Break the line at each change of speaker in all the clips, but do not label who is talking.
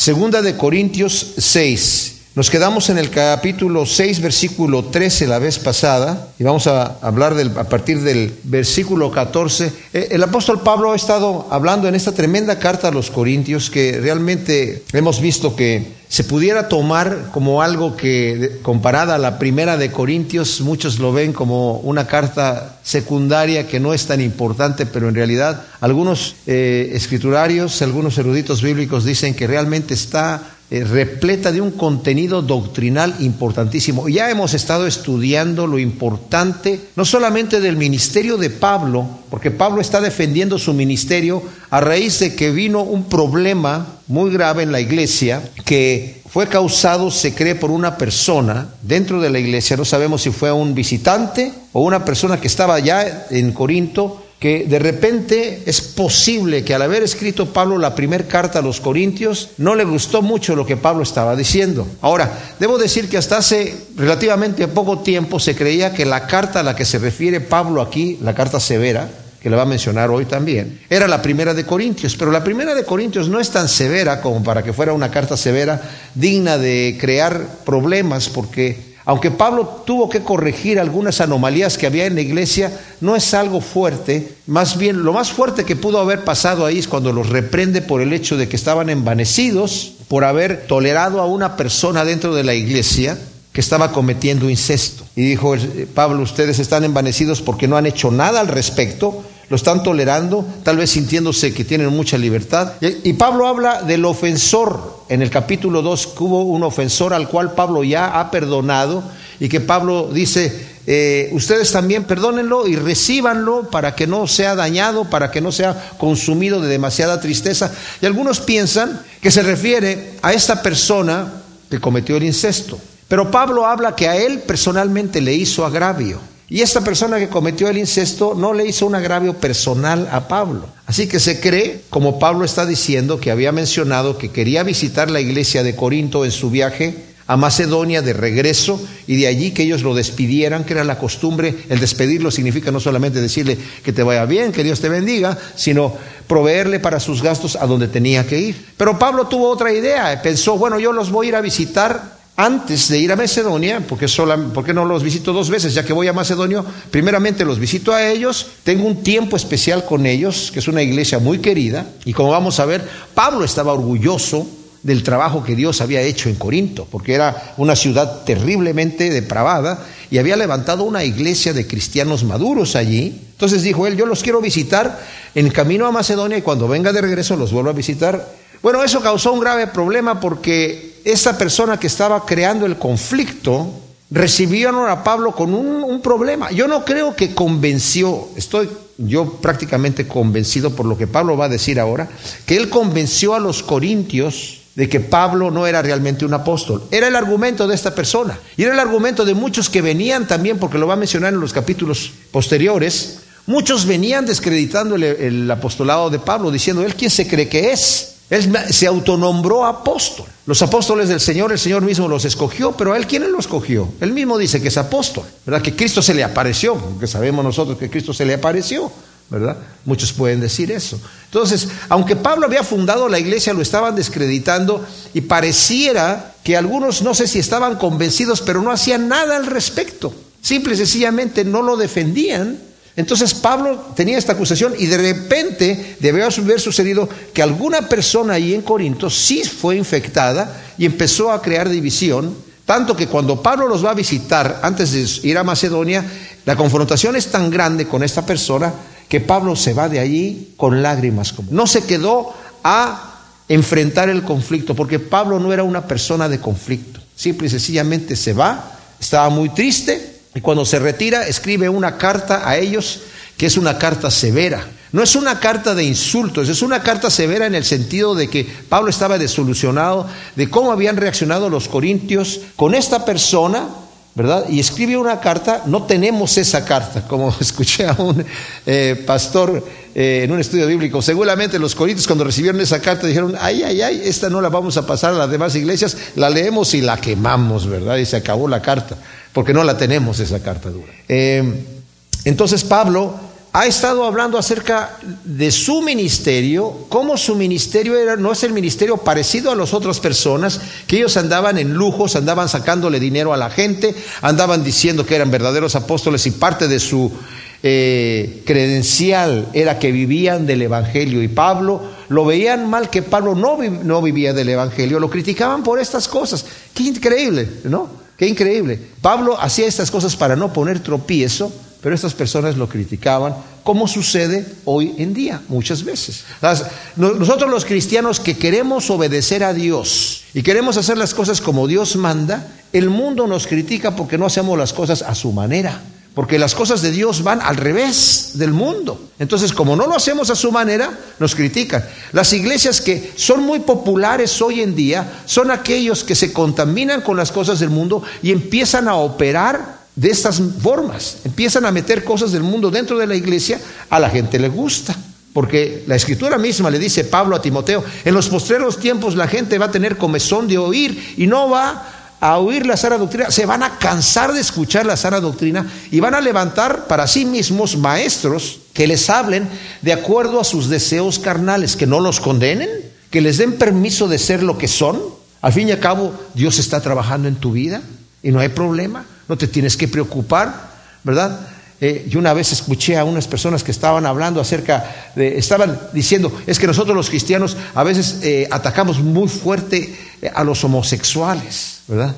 Segunda de Corintios 6. Nos quedamos en el capítulo 6, versículo 13 la vez pasada, y vamos a hablar a partir del versículo 14. El apóstol Pablo ha estado hablando en esta tremenda carta a los Corintios, que realmente hemos visto que se pudiera tomar como algo que, comparada a la primera de Corintios, muchos lo ven como una carta secundaria que no es tan importante, pero en realidad algunos escriturarios, algunos eruditos bíblicos dicen que realmente está repleta de un contenido doctrinal importantísimo. Ya hemos estado estudiando lo importante, no solamente del ministerio de Pablo, porque Pablo está defendiendo su ministerio a raíz de que vino un problema muy grave en la iglesia que fue causado, se cree, por una persona dentro de la iglesia. No sabemos si fue un visitante o una persona que estaba ya en Corinto, que de repente es posible que al haber escrito Pablo la primera carta a los Corintios, no le gustó mucho lo que Pablo estaba diciendo. Ahora, debo decir que hasta hace relativamente poco tiempo se creía que la carta a la que se refiere Pablo aquí, la carta severa, que le va a mencionar hoy también, era la primera de Corintios, pero la primera de Corintios no es tan severa como para que fuera una carta severa digna de crear problemas, porque aunque Pablo tuvo que corregir algunas anomalías que había en la iglesia, no es algo fuerte. Más bien, lo más fuerte que pudo haber pasado ahí es cuando los reprende por el hecho de que estaban envanecidos por haber tolerado a una persona dentro de la iglesia que estaba cometiendo incesto. Y dijo Pablo: ustedes están envanecidos porque no han hecho nada al respecto, lo están tolerando, tal vez sintiéndose que tienen mucha libertad. Y Pablo habla del ofensor en el capítulo 2, que hubo un ofensor al cual Pablo ya ha perdonado, y que Pablo dice: ustedes también perdónenlo y recíbanlo para que no sea dañado, para que no sea consumido de demasiada tristeza. Y algunos piensan que se refiere a esta persona que cometió el incesto, pero Pablo habla que a él personalmente le hizo agravio. Y esta persona que cometió el incesto no le hizo un agravio personal a Pablo. Así que se cree, como Pablo está diciendo, que había mencionado que quería visitar la iglesia de Corinto en su viaje a Macedonia de regreso, y de allí que ellos lo despidieran, que era la costumbre. El despedirlo significa no solamente decirle que te vaya bien, que Dios te bendiga, sino proveerle para sus gastos a donde tenía que ir. Pero Pablo tuvo otra idea, pensó: bueno, yo los voy a ir a visitar antes de ir a Macedonia, porque no los visito dos veces, ya que voy a Macedonia. Primeramente los visito a ellos, tengo un tiempo especial con ellos, que es una iglesia muy querida, y como vamos a ver, Pablo estaba orgulloso del trabajo que Dios había hecho en Corinto, porque era una ciudad terriblemente depravada, y había levantado una iglesia de cristianos maduros allí. Entonces dijo él: yo los quiero visitar en camino a Macedonia, y cuando venga de regreso los vuelvo a visitar. Bueno, eso causó un grave problema, porque esta persona que estaba creando el conflicto recibió a Pablo con un problema. Yo no creo que convenció, estoy yo prácticamente convencido por lo que Pablo va a decir ahora, que él convenció a los corintios de que Pablo no era realmente un apóstol. Era el argumento de esta persona, y era el argumento de muchos que venían también, porque lo va a mencionar en los capítulos posteriores. Muchos venían descreditando el apostolado de Pablo, diciendo: ¿él quién se cree que es? Él se autonombró apóstol. Los apóstoles del Señor, el Señor mismo los escogió, pero ¿a él quién lo escogió? Él mismo dice que es apóstol, ¿verdad? Que Cristo se le apareció, porque sabemos nosotros que Cristo se le apareció, ¿verdad? Muchos pueden decir eso. Entonces, aunque Pablo había fundado la iglesia, lo estaban descreditando, y pareciera que algunos, no sé si estaban convencidos, pero no hacían nada al respecto. Simple y sencillamente no lo defendían. Entonces Pablo tenía esta acusación, y de repente debió haber sucedido que alguna persona ahí en Corinto sí fue infectada y empezó a crear división, tanto que cuando Pablo los va a visitar antes de ir a Macedonia, la confrontación es tan grande con esta persona que Pablo se va de allí con lágrimas. No se quedó a enfrentar el conflicto, porque Pablo no era una persona de conflicto. Simple y sencillamente se va, estaba muy triste. Y cuando se retira, escribe una carta a ellos, que es una carta severa. No es una carta de insultos, es una carta severa en el sentido de que Pablo estaba desilusionado de cómo habían reaccionado los corintios con esta persona, ¿verdad? Y escribe una carta. No tenemos esa carta, como escuché a un pastor en un estudio bíblico. Seguramente los corintios, cuando recibieron esa carta, dijeron: ay, esta no la vamos a pasar a las demás iglesias, la leemos y la quemamos, ¿verdad? Y se acabó la carta, porque no la tenemos, esa carta dura. Entonces Pablo ha estado hablando acerca de su ministerio, cómo su ministerio no es el ministerio parecido a las otras personas, que ellos andaban en lujos, andaban sacándole dinero a la gente, andaban diciendo que eran verdaderos apóstoles y parte de su credencial era que vivían del evangelio, y Pablo lo veían mal que Pablo no vivía del evangelio, lo criticaban por estas cosas. Qué increíble, ¿no? Qué increíble. Pablo hacía estas cosas para no poner tropiezo, pero estas personas lo criticaban, como sucede hoy en día muchas veces. Nosotros los cristianos que queremos obedecer a Dios y queremos hacer las cosas como Dios manda, el mundo nos critica porque no hacemos las cosas a su manera, porque las cosas de Dios van al revés del mundo. Entonces, como no lo hacemos a su manera, nos critican. Las iglesias que son muy populares hoy en día son aquellos que se contaminan con las cosas del mundo y empiezan a operar de estas formas, empiezan a meter cosas del mundo dentro de la iglesia. A la gente le gusta, porque la escritura misma le dice Pablo a Timoteo: en los postreros tiempos la gente va a tener comezón de oír y no va a oír la sana doctrina, se van a cansar de escuchar la sana doctrina y van a levantar para sí mismos maestros que les hablen de acuerdo a sus deseos carnales, que no los condenen, que les den permiso de ser lo que son. Al fin y al cabo, Dios está trabajando en tu vida y no hay problema. No te tienes que preocupar, ¿verdad? Yo una vez escuché a unas personas que estaban hablando estaban diciendo, es que nosotros los cristianos a veces atacamos muy fuerte a los homosexuales, ¿verdad?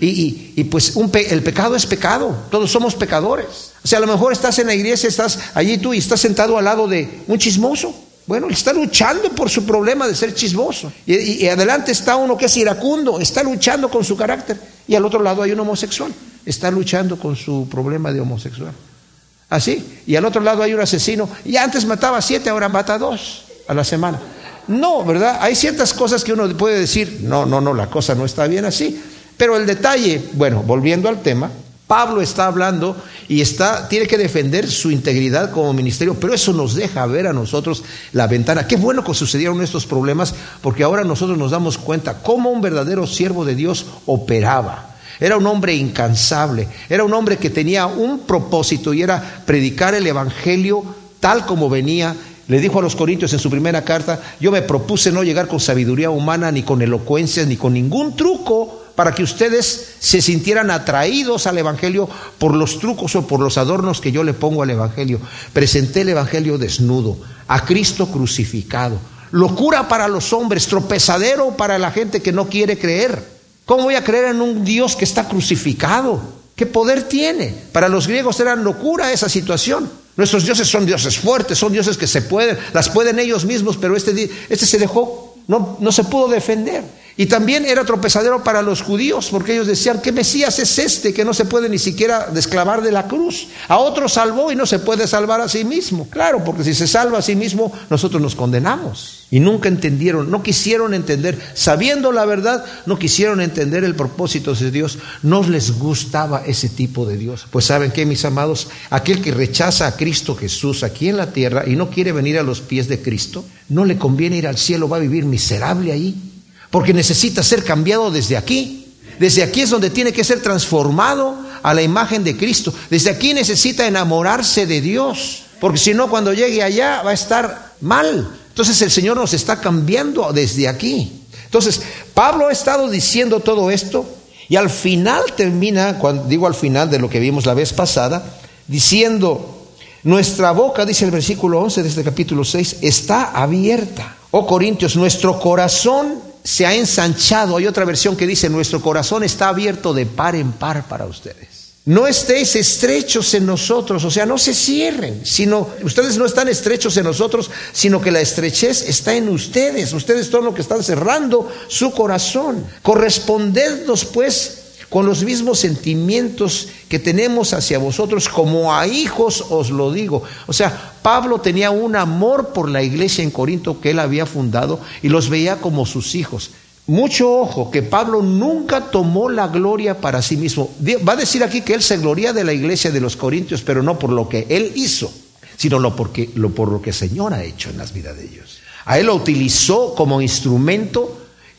Y pues el pecado es pecado, todos somos pecadores. O sea, a lo mejor estás en la iglesia, estás allí tú y estás sentado al lado de un chismoso. Bueno, él está luchando por su problema de ser chismoso. Y adelante está uno que es iracundo, está luchando con su carácter. Y al otro lado hay un homosexual, está luchando con su problema de homosexual. Así. Y al otro lado hay un asesino, y antes mataba 7, ahora mata 2 a la semana. No, ¿verdad? Hay ciertas cosas que uno puede decir, no, la cosa no está bien así. Pero el detalle, bueno, volviendo al tema, Pablo está hablando y tiene que defender su integridad como ministerio, pero eso nos deja ver a nosotros la ventana. Qué bueno que sucedieron estos problemas, porque ahora nosotros nos damos cuenta cómo un verdadero siervo de Dios operaba. Era un hombre incansable, era un hombre que tenía un propósito y era predicar el evangelio tal como venía. Le dijo a los Corintios en su primera carta: yo me propuse no llegar con sabiduría humana, ni con elocuencias, ni con ningún truco, para que ustedes se sintieran atraídos al evangelio por los trucos o por los adornos que yo le pongo al evangelio. Presenté el evangelio desnudo, a Cristo crucificado, locura para los hombres, tropezadero para la gente que no quiere creer. ¿Cómo voy a creer en un Dios que está crucificado? ¿Qué poder tiene? Para los griegos era locura esa situación. Nuestros dioses son dioses fuertes, son dioses que las pueden ellos mismos, pero este se dejó, no se pudo defender. Y también era tropezadero para los judíos, porque ellos decían: ¿qué Mesías es este que no se puede ni siquiera desclavar de la cruz? A otro salvó y no se puede salvar a sí mismo. Claro, porque si se salva a sí mismo, nosotros nos condenamos. Y nunca entendieron, no quisieron entender, sabiendo la verdad, no quisieron entender el propósito de Dios. No les gustaba ese tipo de Dios. Pues ¿saben qué, mis amados? Aquel que rechaza a Cristo Jesús aquí en la tierra y no quiere venir a los pies de Cristo, no le conviene ir al cielo, va a vivir miserable ahí. Porque necesita ser cambiado desde aquí. Desde aquí es donde tiene que ser transformado a la imagen de Cristo. Desde aquí necesita enamorarse de Dios, porque si no, cuando llegue allá va a estar mal. Entonces el Señor nos está cambiando desde aquí. Entonces Pablo ha estado diciendo todo esto, y al final termina, cuando digo al final de lo que vimos la vez pasada, diciendo: nuestra boca, dice el versículo 11 de este capítulo 6, está abierta. Oh Corintios, nuestro corazón se ha ensanchado. Hay otra versión que dice: nuestro corazón está abierto de par en par para ustedes. No estéis estrechos en nosotros, o sea, no se cierren, sino ustedes no están estrechos en nosotros, sino que la estrechez está en ustedes. Ustedes son los que están cerrando su corazón. Correspondednos pues con los mismos sentimientos que tenemos hacia vosotros, como a hijos os lo digo. O sea, Pablo tenía un amor por la iglesia en Corinto que él había fundado y los veía como sus hijos. Mucho ojo, que Pablo nunca tomó la gloria para sí mismo. Va a decir aquí que él se gloria de la iglesia de los Corintios, pero no por lo que él hizo, sino por lo que el Señor ha hecho en las vidas de ellos. A él lo utilizó como instrumento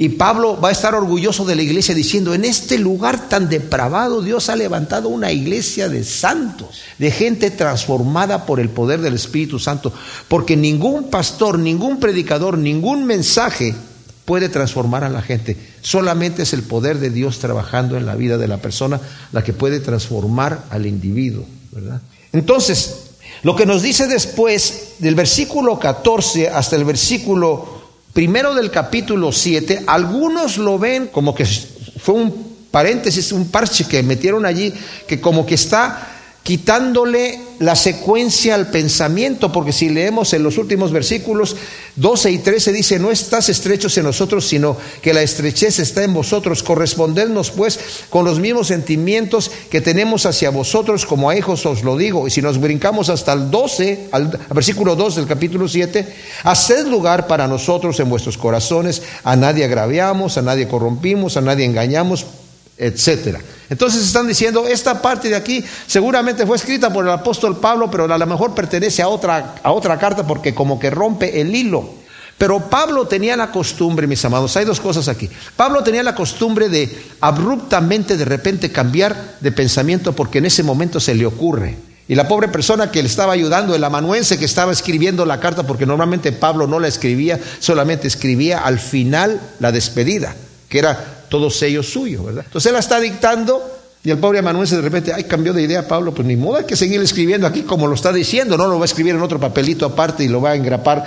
Y Pablo va a estar orgulloso de la iglesia diciendo, en este lugar tan depravado Dios ha levantado una iglesia de santos, de gente transformada por el poder del Espíritu Santo, porque ningún pastor, ningún predicador, ningún mensaje puede transformar a la gente. Solamente es el poder de Dios trabajando en la vida de la persona la que puede transformar al individuo, ¿verdad? Entonces, lo que nos dice después del versículo 14 hasta el versículo primero del capítulo 7, algunos lo ven como que fue un paréntesis, un parche que metieron allí, que como que está quitándole la secuencia al pensamiento, porque si leemos en los últimos versículos 12 y 13 dice, no estás estrechos en nosotros, sino que la estrechez está en vosotros. Correspondednos pues con los mismos sentimientos que tenemos hacia vosotros, como a hijos os lo digo. Y si nos brincamos hasta el 12, al versículo 2 del capítulo 7, haced lugar para nosotros en vuestros corazones, a nadie agraviamos, a nadie corrompimos, a nadie engañamos, etcétera. Entonces están diciendo, esta parte de aquí seguramente fue escrita por el apóstol Pablo, pero a lo mejor pertenece a otra carta porque como que rompe el hilo. Pero Pablo tenía la costumbre, mis amados, hay dos cosas aquí. Pablo tenía la costumbre de abruptamente de repente cambiar de pensamiento porque en ese momento se le ocurre. Y la pobre persona que le estaba ayudando, el amanuense que estaba escribiendo la carta, porque normalmente Pablo no la escribía, solamente escribía al final la despedida, que era todo sello suyo, ¿verdad? Entonces él la está dictando y el pobre amanuense de repente, cambió de idea Pablo, pues ni modo, hay que seguir escribiendo aquí como lo está diciendo, no lo va a escribir en otro papelito aparte y lo va a engrapar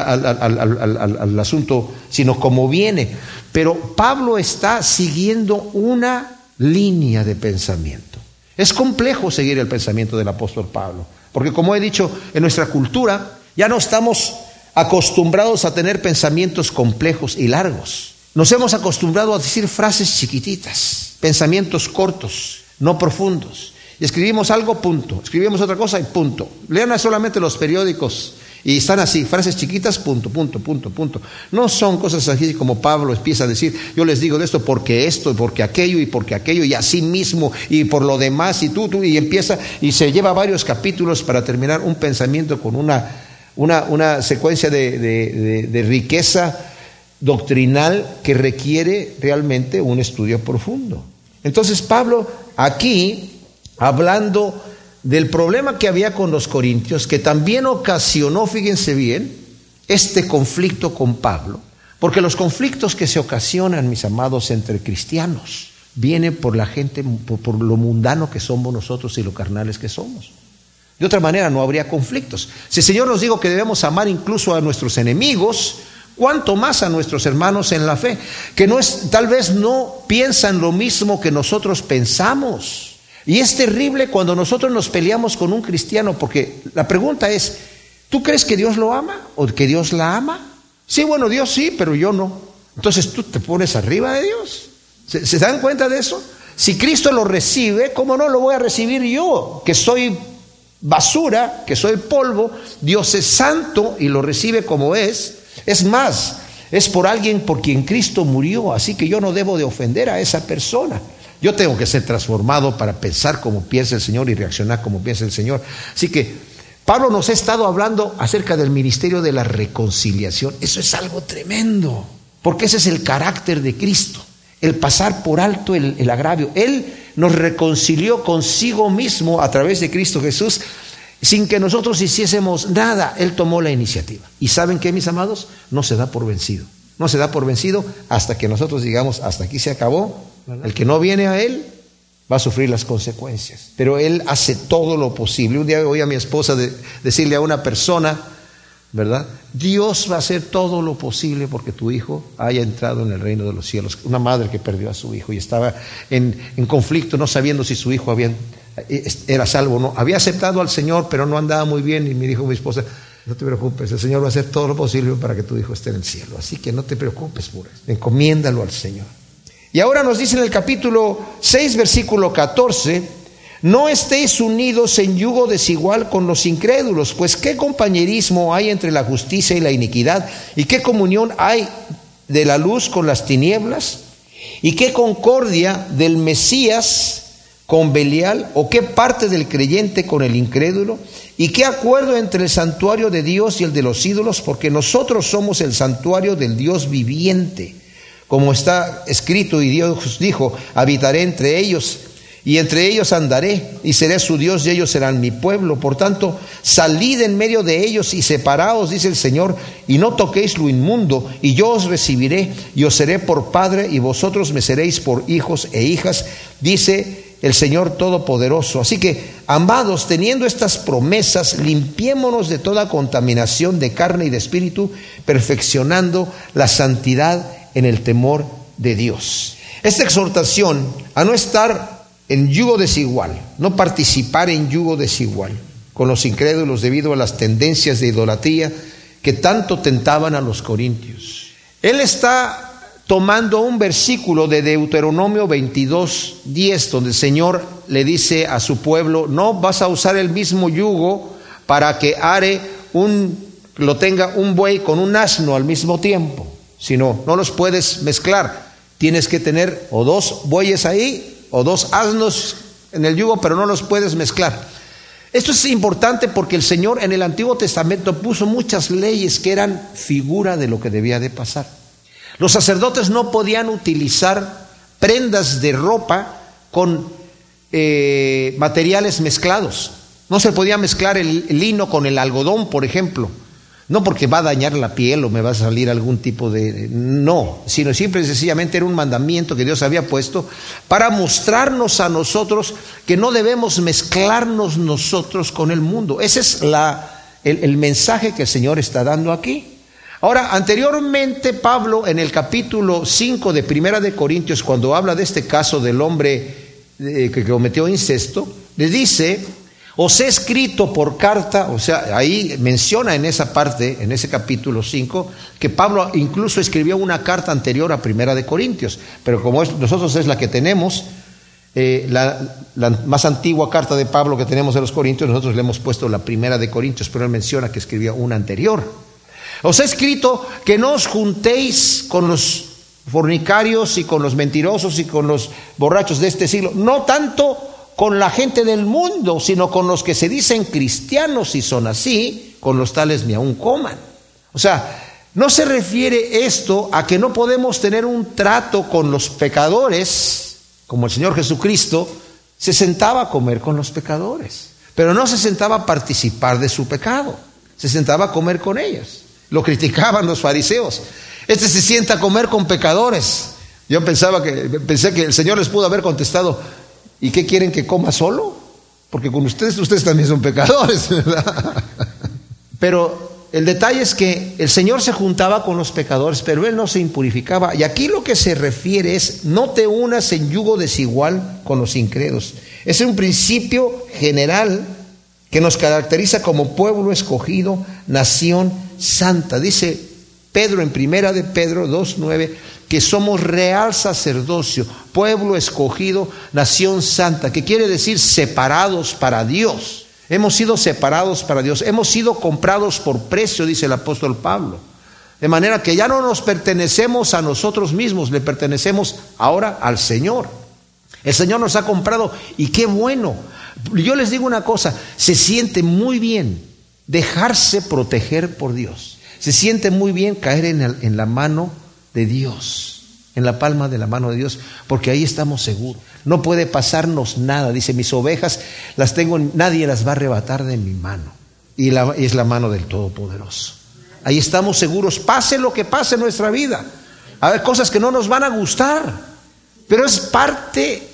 al asunto, sino como viene. Pero Pablo está siguiendo una línea de pensamiento. Es complejo seguir el pensamiento del apóstol Pablo, porque como he dicho, en nuestra cultura ya no estamos acostumbrados a tener pensamientos complejos y largos. Nos hemos acostumbrado a decir frases chiquititas, pensamientos cortos, no profundos. Y escribimos algo, punto. Escribimos otra cosa y punto. Lean solamente los periódicos y están así, frases chiquitas, punto, punto, punto, punto. No son cosas así como Pablo empieza a decir, yo les digo de esto, y porque aquello, y así mismo, y por lo demás, y tú, y empieza, y se lleva varios capítulos para terminar un pensamiento con una secuencia de riqueza doctrinal que requiere realmente un estudio profundo. Entonces Pablo aquí, hablando del problema que había con los corintios, que también ocasionó, fíjense bien, este conflicto con Pablo, porque los conflictos que se ocasionan, mis amados, entre cristianos, vienen por la gente, por lo mundano que somos nosotros y lo carnales que somos. De otra manera no habría conflictos. Si el Señor nos dijo que debemos amar incluso a nuestros enemigos, cuánto más a nuestros hermanos en la fe, que tal vez no piensan lo mismo que nosotros pensamos. Y es terrible cuando nosotros nos peleamos con un cristiano, porque la pregunta es, ¿tú crees que Dios lo ama o que Dios la ama? Sí, bueno, Dios sí, pero yo no. Entonces tú te pones arriba de Dios. ¿Se dan cuenta de eso? Si Cristo lo recibe, ¿cómo no lo voy a recibir yo? Que soy basura, que soy polvo. Dios es santo y lo recibe como es. Es más, es por alguien por quien Cristo murió, así que yo no debo de ofender a esa persona. Yo tengo que ser transformado para pensar como piensa el Señor y reaccionar como piensa el Señor. Así que Pablo nos ha estado hablando acerca del ministerio de la reconciliación. Eso es algo tremendo, porque ese es el carácter de Cristo, el pasar por alto el agravio. Él nos reconcilió consigo mismo a través de Cristo Jesús, sin que nosotros hiciésemos nada. Él tomó la iniciativa. ¿Y saben qué, mis amados? No se da por vencido. No se da por vencido hasta que nosotros digamos, hasta aquí se acabó. El que no viene a Él va a sufrir las consecuencias. Pero Él hace todo lo posible. Un día oí a mi esposa decirle a una persona, ¿verdad? Dios va a hacer todo lo posible porque tu hijo haya entrado en el reino de los cielos. Una madre que perdió a su hijo y estaba en conflicto, no sabiendo si su hijo era salvo o no. Había aceptado al Señor, pero no andaba muy bien. Y me dijo mi esposa, no te preocupes, el Señor va a hacer todo lo posible para que tu hijo esté en el cielo. Así que no te preocupes, pura. Encomiéndalo al Señor. Y ahora nos dice en el capítulo 6, versículo 14, no estéis unidos en yugo desigual con los incrédulos, pues qué compañerismo hay entre la justicia y la iniquidad, y qué comunión hay de la luz con las tinieblas, y qué concordia del Mesías con Belial, o qué parte del creyente con el incrédulo, y qué acuerdo entre el santuario de Dios y el de los ídolos, porque nosotros somos el santuario del Dios viviente. Como está escrito, y Dios dijo: habitaré entre ellos, y entre ellos andaré, y seré su Dios, y ellos serán mi pueblo. Por tanto, salid en medio de ellos y separaos, dice el Señor, y no toquéis lo inmundo, y yo os recibiré, y os seré por padre, y vosotros me seréis por hijos e hijas, dice el Señor Todopoderoso. Así que, amados, teniendo estas promesas, limpiémonos de toda contaminación de carne y de espíritu, perfeccionando la santidad en el temor de Dios. Esta exhortación a no estar en yugo desigual, no participar en yugo desigual con los incrédulos debido a las tendencias de idolatría que tanto tentaban a los corintios. Él está tomando un versículo de Deuteronomio 22:10, donde el Señor le dice a su pueblo: no vas a usar el mismo yugo para que lo tenga un buey con un asno al mismo tiempo, sino no los puedes mezclar. Tienes que tener o dos bueyes ahí o dos asnos en el yugo, pero no los puedes mezclar. Esto es importante porque el Señor en el Antiguo Testamento puso muchas leyes que eran figura de lo que debía de pasar. Los sacerdotes no podían utilizar prendas de ropa con materiales mezclados. No se podía mezclar el lino con el algodón, por ejemplo. No porque va a dañar la piel o me va a salir algún tipo de... No, sino simple y sencillamente era un mandamiento que Dios había puesto para mostrarnos a nosotros que no debemos mezclarnos nosotros con el mundo. Ese es el mensaje que el Señor está dando aquí. Ahora, anteriormente Pablo en el capítulo 5 de Primera de Corintios, cuando habla de este caso del hombre que cometió incesto, le dice: os he escrito por carta. O sea, ahí menciona en esa parte, en ese capítulo 5, que Pablo incluso escribió una carta anterior a Primera de Corintios, pero como nosotros es la que tenemos, la más antigua carta de Pablo que tenemos de los Corintios, nosotros le hemos puesto la Primera de Corintios, pero él menciona que escribió una anterior. Os he escrito que no os juntéis con los fornicarios y con los mentirosos y con los borrachos de este siglo, no tanto con la gente del mundo, sino con los que se dicen cristianos y son así, con los tales ni aun coman. O sea, no se refiere esto a que no podemos tener un trato con los pecadores, como el Señor Jesucristo se sentaba a comer con los pecadores, pero no se sentaba a participar de su pecado, se sentaba a comer con ellos. Lo criticaban los fariseos: este se sienta a comer con pecadores. Yo pensé que el Señor les pudo haber contestado: ¿y qué quieren, que coma solo? Porque con ustedes también son pecadores, ¿verdad? Pero el detalle es que el Señor se juntaba con los pecadores, pero Él no se impurificaba. Y aquí lo que se refiere es: no te unas en yugo desigual con los incrédulos. Es un principio general que nos caracteriza como pueblo escogido, nación santa. Dice Pedro en Primera de Pedro 2:9 que somos real sacerdocio, pueblo escogido, nación santa, que quiere decir separados para Dios. Hemos sido separados para Dios, hemos sido comprados por precio, dice el apóstol Pablo. De manera que ya no nos pertenecemos a nosotros mismos, le pertenecemos ahora al Señor. El Señor nos ha comprado, y qué bueno. Yo les digo una cosa: se siente muy bien dejarse proteger por Dios. Se siente muy bien caer en la mano de Dios, en la palma de la mano de Dios, porque ahí estamos seguros. No puede pasarnos nada. Dice: mis ovejas las tengo, nadie las va a arrebatar de mi mano. Y es la mano del Todopoderoso. Ahí estamos seguros, pase lo que pase en nuestra vida. A ver, cosas que no nos van a gustar, pero es parte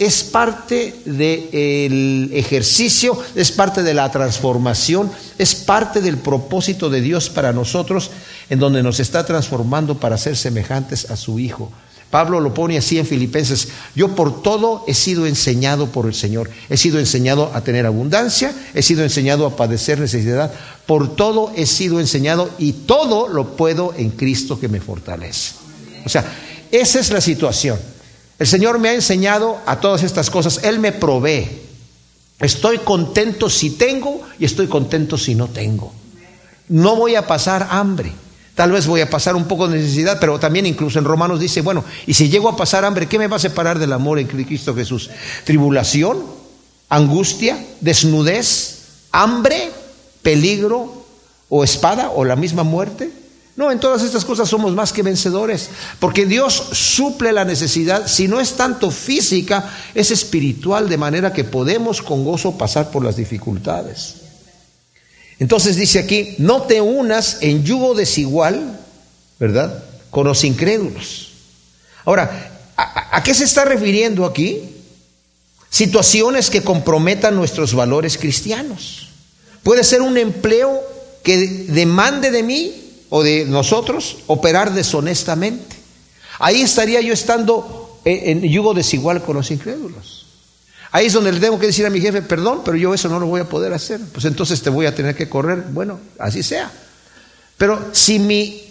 del ejercicio, es parte de la transformación, es parte del propósito de Dios para nosotros, en donde nos está transformando para ser semejantes a su Hijo. Pablo lo pone así en Filipenses: yo por todo he sido enseñado por el Señor. He sido enseñado a tener abundancia, he sido enseñado a padecer necesidad, por todo he sido enseñado, y todo lo puedo en Cristo que me fortalece. O sea, esa es la situación. El Señor me ha enseñado a todas estas cosas, Él me provee. Estoy contento si tengo y estoy contento si no tengo. No voy a pasar hambre. Tal vez voy a pasar un poco de necesidad, pero también incluso en Romanos dice: bueno, y si llego a pasar hambre, ¿qué me va a separar del amor en Cristo Jesús? ¿Tribulación? ¿Angustia? ¿Desnudez? ¿Hambre? ¿Peligro? ¿O espada? ¿O la misma muerte? No, en todas estas cosas somos más que vencedores, porque Dios suple la necesidad, si no es tanto física, es espiritual, de manera que podemos con gozo pasar por las dificultades. Entonces dice aquí, no te unas en yugo desigual, ¿verdad?, con los incrédulos. Ahora, ¿a qué se está refiriendo aquí? Situaciones que comprometan nuestros valores cristianos. Puede ser un empleo que demande de mí o de nosotros operar deshonestamente. Ahí estaría yo estando en yugo desigual con los incrédulos. Ahí es donde le tengo que decir a mi jefe, perdón, pero yo eso no lo voy a poder hacer. Pues entonces te voy a tener que correr. Bueno, así sea. Pero si mi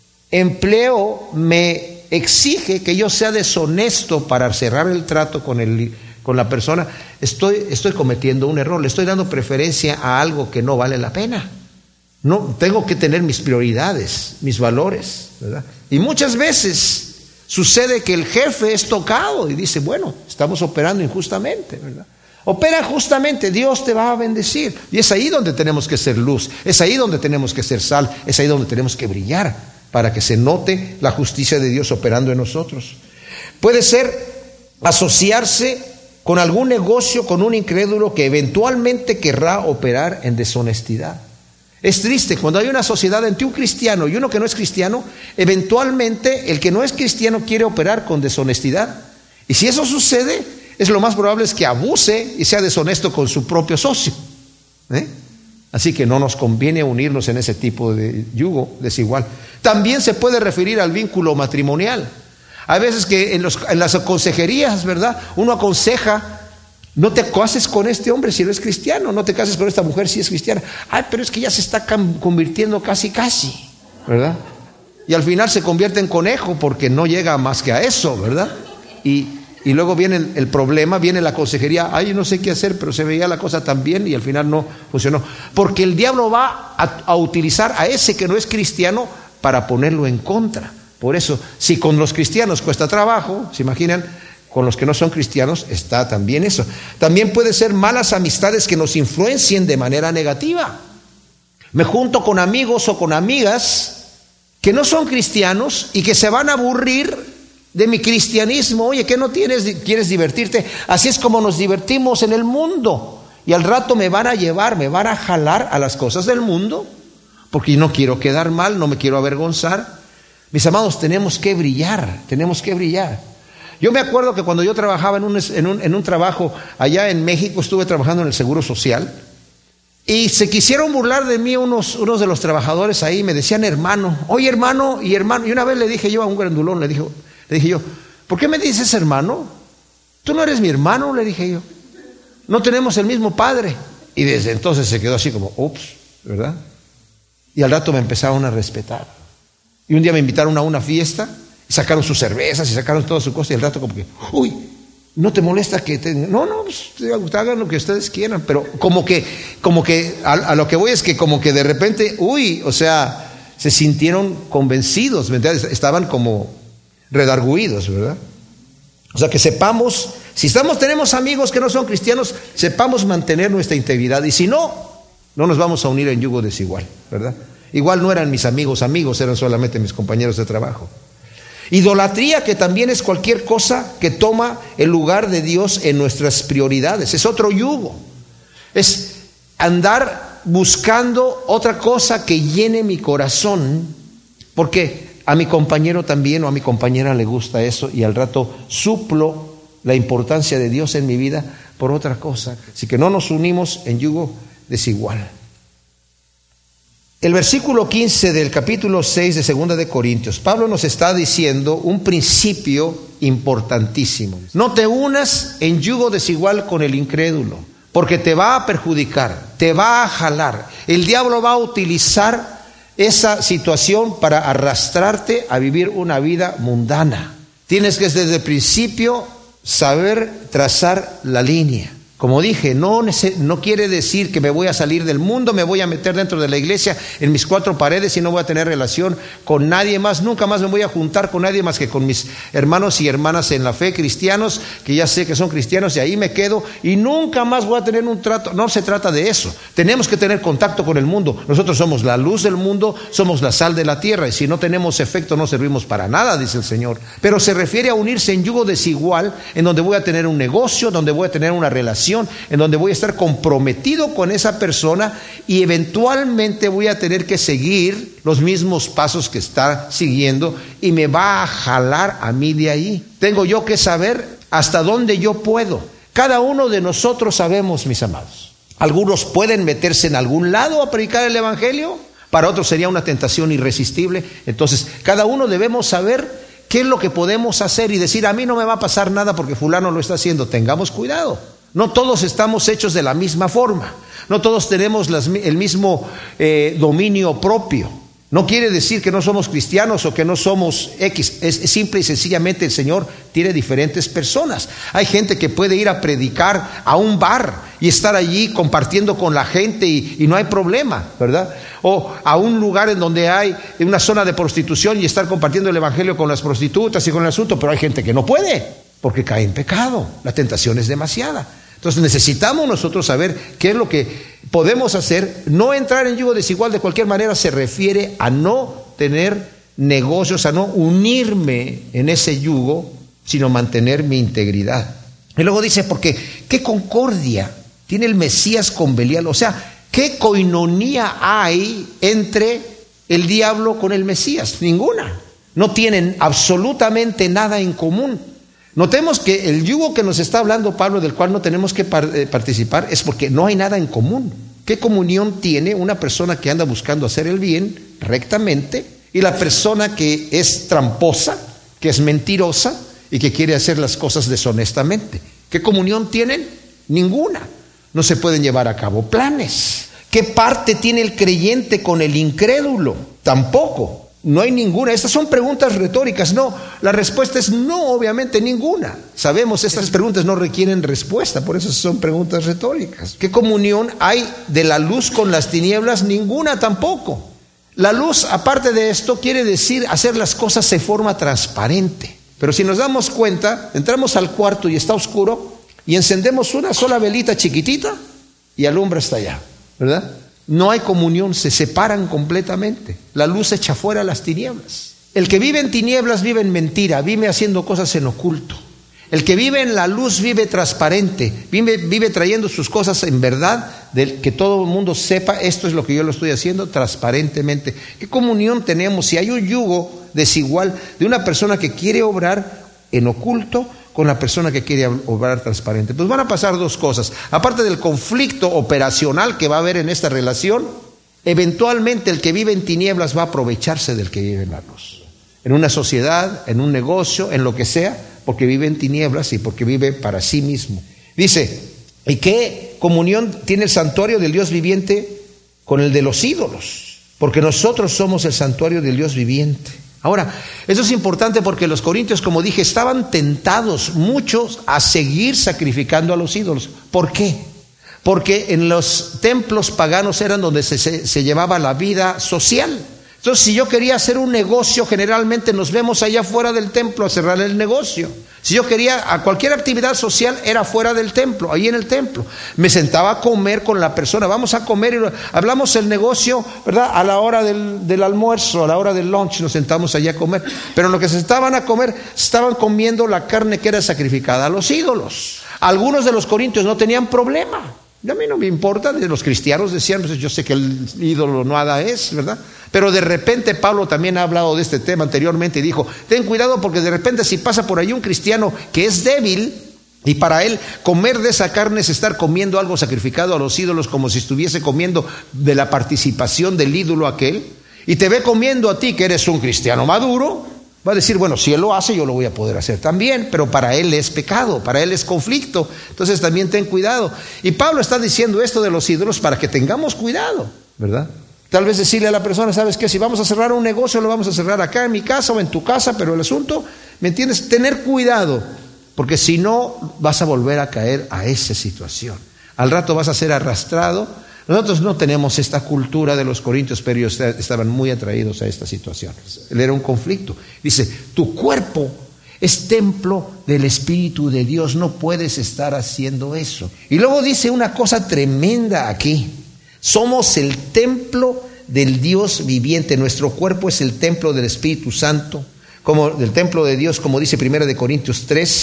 empleo me exige que yo sea deshonesto para cerrar el trato con la persona, estoy cometiendo un error. Le estoy dando preferencia a algo que no vale la pena. No, tengo que tener mis prioridades, mis valores, ¿verdad? Y muchas veces sucede que el jefe es tocado y dice, bueno, estamos operando injustamente, ¿verdad? Opera justamente, Dios te va a bendecir. Y es ahí donde tenemos que ser luz, es ahí donde tenemos que ser sal, es ahí donde tenemos que brillar para que se note la justicia de Dios operando en nosotros. Puede ser asociarse con algún negocio, con un incrédulo que eventualmente querrá operar en deshonestidad. Es triste cuando hay una sociedad entre un cristiano y uno que no es cristiano, eventualmente el que no es cristiano quiere operar con deshonestidad. Y si eso sucede, es lo más probable es que abuse y sea deshonesto con su propio socio. Así que no nos conviene unirnos en ese tipo de yugo desigual. También se puede referir al vínculo matrimonial. Hay veces que en las consejerías, ¿verdad?, uno aconseja, no te cases con este hombre si no es cristiano, no te cases con esta mujer si es cristiana. Ay, pero es que ya se está convirtiendo casi, ¿verdad? Y al final se convierte en conejo porque no llega más que a eso, ¿verdad? Y luego viene el problema, viene la consejería, ay, no sé qué hacer, pero se veía la cosa tan bien y al final no funcionó. Porque el diablo va a utilizar a ese que no es cristiano para ponerlo en contra. Por eso, si con los cristianos cuesta trabajo, ¿se imaginan? Con los que no son cristianos está también eso. También puede ser malas amistades que nos influencien de manera negativa. Me junto con amigos o con amigas que no son cristianos y que se van a aburrir de mi cristianismo. Oye, ¿qué no quieres divertirte? Así es como nos divertimos en el mundo. Y al rato me van a jalar a las cosas del mundo, porque no quiero quedar mal, no me quiero avergonzar. Mis amados, tenemos que brillar. Yo me acuerdo que cuando yo trabajaba en un trabajo allá en México, estuve trabajando en el Seguro Social, y se quisieron burlar de mí unos de los trabajadores ahí, me decían hermano, oye hermano, y una vez le dije yo a un grandulón, le dije yo, ¿por qué me dices hermano? Tú no eres mi hermano, le dije yo, no tenemos el mismo padre. Y desde entonces se quedó así como, ups, ¿verdad? Y al rato me empezaron a respetar. Y un día me invitaron a una fiesta, y sacaron sus cervezas y sacaron toda su cosa, y al rato como que, uy, ¿no te molesta que no, pues hagan lo que ustedes quieran? Pero como que a lo que voy es que como que de repente, o sea, se sintieron convencidos, ¿verdad? Estaban como redarguidos, ¿verdad? O sea, que sepamos, si tenemos amigos que no son cristianos, sepamos mantener nuestra integridad, y si no nos vamos a unir en yugo desigual, ¿verdad? Igual no eran mis amigos, eran solamente mis compañeros de trabajo. Idolatría, que también es cualquier cosa que toma el lugar de Dios en nuestras prioridades, es otro yugo. Es andar buscando otra cosa que llene mi corazón, porque a mi compañero también o a mi compañera le gusta eso, y al rato suplo la importancia de Dios en mi vida por otra cosa. Así que no nos unimos en yugo desigual. El versículo 15 del capítulo 6 de 2 de Corintios, Pablo nos está diciendo un principio importantísimo. No te unas en yugo desigual con el incrédulo, porque te va a perjudicar, te va a jalar. El diablo va a utilizar esa situación para arrastrarte a vivir una vida mundana. Tienes que desde el principio saber trazar la línea. Como dije, no quiere decir que me voy a salir del mundo, me voy a meter dentro de la iglesia en mis cuatro paredes y no voy a tener relación con nadie más. Nunca más me voy a juntar con nadie más que con mis hermanos y hermanas en la fe, cristianos, que ya sé que son cristianos, y ahí me quedo y nunca más voy a tener un trato. No se trata de eso. Tenemos que tener contacto con el mundo. Nosotros somos la luz del mundo, somos la sal de la tierra, y si no tenemos efecto no servimos para nada, dice el Señor. Pero se refiere a unirse en yugo desigual, en donde voy a tener un negocio, donde voy a tener una relación, en donde voy a estar comprometido con esa persona y eventualmente voy a tener que seguir los mismos pasos que está siguiendo y me va a jalar a mí de ahí. Tengo yo que saber hasta dónde yo puedo. Cada uno de nosotros sabemos, mis amados. Algunos pueden meterse en algún lado a predicar el evangelio, para otros sería una tentación irresistible. Entonces, cada uno debemos saber qué es lo que podemos hacer y decir, a mí no me va a pasar nada porque fulano lo está haciendo. Tengamos cuidado. No todos estamos hechos de la misma forma. No todos tenemos el mismo dominio propio. No quiere decir que no somos cristianos o que no somos X. Es simple y sencillamente el Señor tiene diferentes personas. Hay gente que puede ir a predicar a un bar y estar allí compartiendo con la gente y no hay problema, ¿verdad? O a un lugar en donde hay una zona de prostitución y estar compartiendo el evangelio con las prostitutas y con el asunto, pero hay gente que no puede porque cae en pecado. La tentación es demasiada. Entonces necesitamos nosotros saber qué es lo que podemos hacer. No entrar en yugo desigual de cualquier manera se refiere a no tener negocios, a no unirme en ese yugo, sino mantener mi integridad. Y luego dice, porque ¿qué concordia tiene el Mesías con Belial? O sea, ¿qué coinonía hay entre el diablo con el Mesías? Ninguna. No tienen absolutamente nada en común. Notemos que el yugo que nos está hablando Pablo, del cual no tenemos que participar, es porque no hay nada en común. ¿Qué comunión tiene una persona que anda buscando hacer el bien rectamente y la persona que es tramposa, que es mentirosa y que quiere hacer las cosas deshonestamente? ¿Qué comunión tienen? Ninguna. No se pueden llevar a cabo planes. ¿Qué parte tiene el creyente con el incrédulo? Tampoco. No hay ninguna. Estas son preguntas retóricas. No, la respuesta es no, obviamente ninguna. Sabemos, estas preguntas no requieren respuesta, por eso son preguntas retóricas. ¿Qué comunión hay de la luz con las tinieblas? Ninguna tampoco. La luz, aparte de esto, quiere decir hacer las cosas de forma transparente. Pero si nos damos cuenta, entramos al cuarto y está oscuro y encendemos una sola velita chiquitita y alumbra hasta allá, ¿verdad? No hay comunión, se separan completamente. La luz echa fuera las tinieblas. El que vive en tinieblas vive en mentira, vive haciendo cosas en oculto. El que vive en la luz vive transparente, vive trayendo sus cosas en verdad, que todo el mundo sepa, esto es lo que yo lo estoy haciendo transparentemente. ¿Qué comunión tenemos si hay un yugo desigual de una persona que quiere obrar en oculto con la persona que quiere obrar transparente? Pues van a pasar dos cosas. Aparte del conflicto operacional que va a haber en esta relación, eventualmente el que vive en tinieblas va a aprovecharse del que vive en la luz. En una sociedad, en un negocio, en lo que sea, porque vive en tinieblas y porque vive para sí mismo. Dice, ¿y qué comunión tiene el santuario del Dios viviente con el de los ídolos? Porque nosotros somos el santuario del Dios viviente. Ahora, eso es importante porque los corintios, como dije, estaban tentados muchos a seguir sacrificando a los ídolos. ¿Por qué? Porque en los templos paganos eran donde se llevaba la vida social. Entonces, si yo quería hacer un negocio, generalmente nos vemos allá fuera del templo a cerrar el negocio. Si yo quería a cualquier actividad social, era fuera del templo, ahí en el templo. Me sentaba a comer con la persona, vamos a comer, y hablamos el negocio, ¿verdad? A la hora del almuerzo, a la hora del lunch, nos sentamos allá a comer. Pero en lo que se estaban a comer, estaban comiendo la carne que era sacrificada a los ídolos. Algunos de los corintios no tenían problema. A mí no me importa, de los cristianos decían, pues yo sé que el ídolo nada es, ¿verdad? Pero de repente Pablo también ha hablado de este tema anteriormente y dijo, ten cuidado porque de repente si pasa por ahí un cristiano que es débil y para él comer de esa carne es estar comiendo algo sacrificado a los ídolos como si estuviese comiendo de la participación del ídolo aquel, y te ve comiendo a ti que eres un cristiano maduro, va a decir, bueno, si él lo hace, yo lo voy a poder hacer también, pero para él es pecado, para él es conflicto, entonces también ten cuidado. Y Pablo está diciendo esto de los ídolos para que tengamos cuidado, ¿verdad? Tal vez decirle a la persona, ¿sabes qué? Si vamos a cerrar un negocio, lo vamos a cerrar acá en mi casa o en tu casa, pero el asunto, ¿me entiendes? Tener cuidado, porque si no vas a volver a caer a esa situación. Al rato vas a ser arrastrado. Nosotros no tenemos esta cultura de los corintios, pero ellos estaban muy atraídos a esta situación. Él era un conflicto. Dice, tu cuerpo es templo del Espíritu de Dios, no puedes estar haciendo eso. Y luego dice una cosa tremenda aquí: somos el templo del Dios viviente. Nuestro cuerpo es el templo del Espíritu Santo, como del templo de Dios, como dice 1 Corintios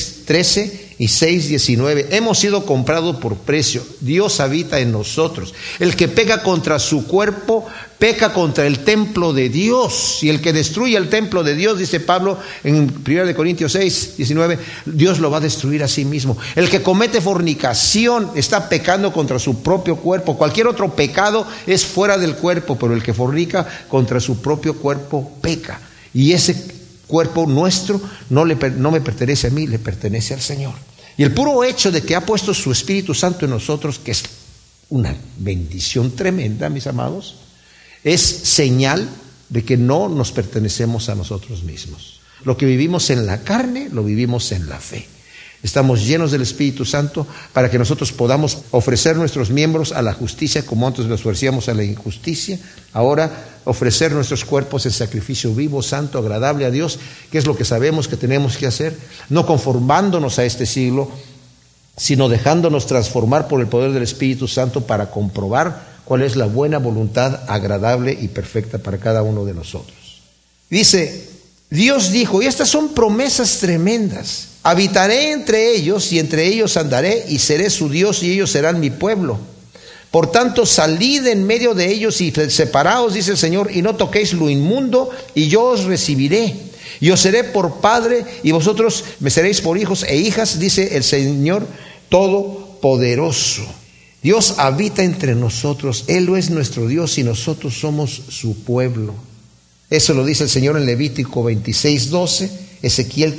3:13 y 6:19. Hemos sido comprados por precio. Dios habita en nosotros. El que peca contra su cuerpo, peca contra el templo de Dios. Y el que destruye el templo de Dios, dice Pablo en 1 Corintios 6:19, Dios lo va a destruir a sí mismo. El que comete fornicación está pecando contra su propio cuerpo. Cualquier otro pecado es fuera del cuerpo, pero el que fornica contra su propio cuerpo peca. Y ese cuerpo nuestro no me pertenece a mí, le pertenece al Señor. Y el puro hecho de que ha puesto su Espíritu Santo en nosotros, que es una bendición tremenda, mis amados, es señal de que no nos pertenecemos a nosotros mismos. Lo que vivimos en la carne, lo vivimos en la fe. Estamos llenos del Espíritu Santo para que nosotros podamos ofrecer nuestros miembros a la justicia, como antes los ofrecíamos a la injusticia. Ahora ofrecer nuestros cuerpos en sacrificio vivo, santo, agradable a Dios, que es lo que sabemos que tenemos que hacer, no conformándonos a este siglo, sino dejándonos transformar por el poder del Espíritu Santo para comprobar cuál es la buena voluntad agradable y perfecta para cada uno de nosotros. Dice, Dios dijo, y estas son promesas tremendas: habitaré entre ellos y entre ellos andaré y seré su Dios y ellos serán mi pueblo. Por tanto, salid en medio de ellos y separaos, dice el Señor, y no toquéis lo inmundo, y yo os recibiré. Y os seré por padre, y vosotros me seréis por hijos e hijas, dice el Señor Todopoderoso. Dios habita entre nosotros, Él es nuestro Dios y nosotros somos su pueblo. Eso lo dice el Señor en Levítico 26:12, Ezequiel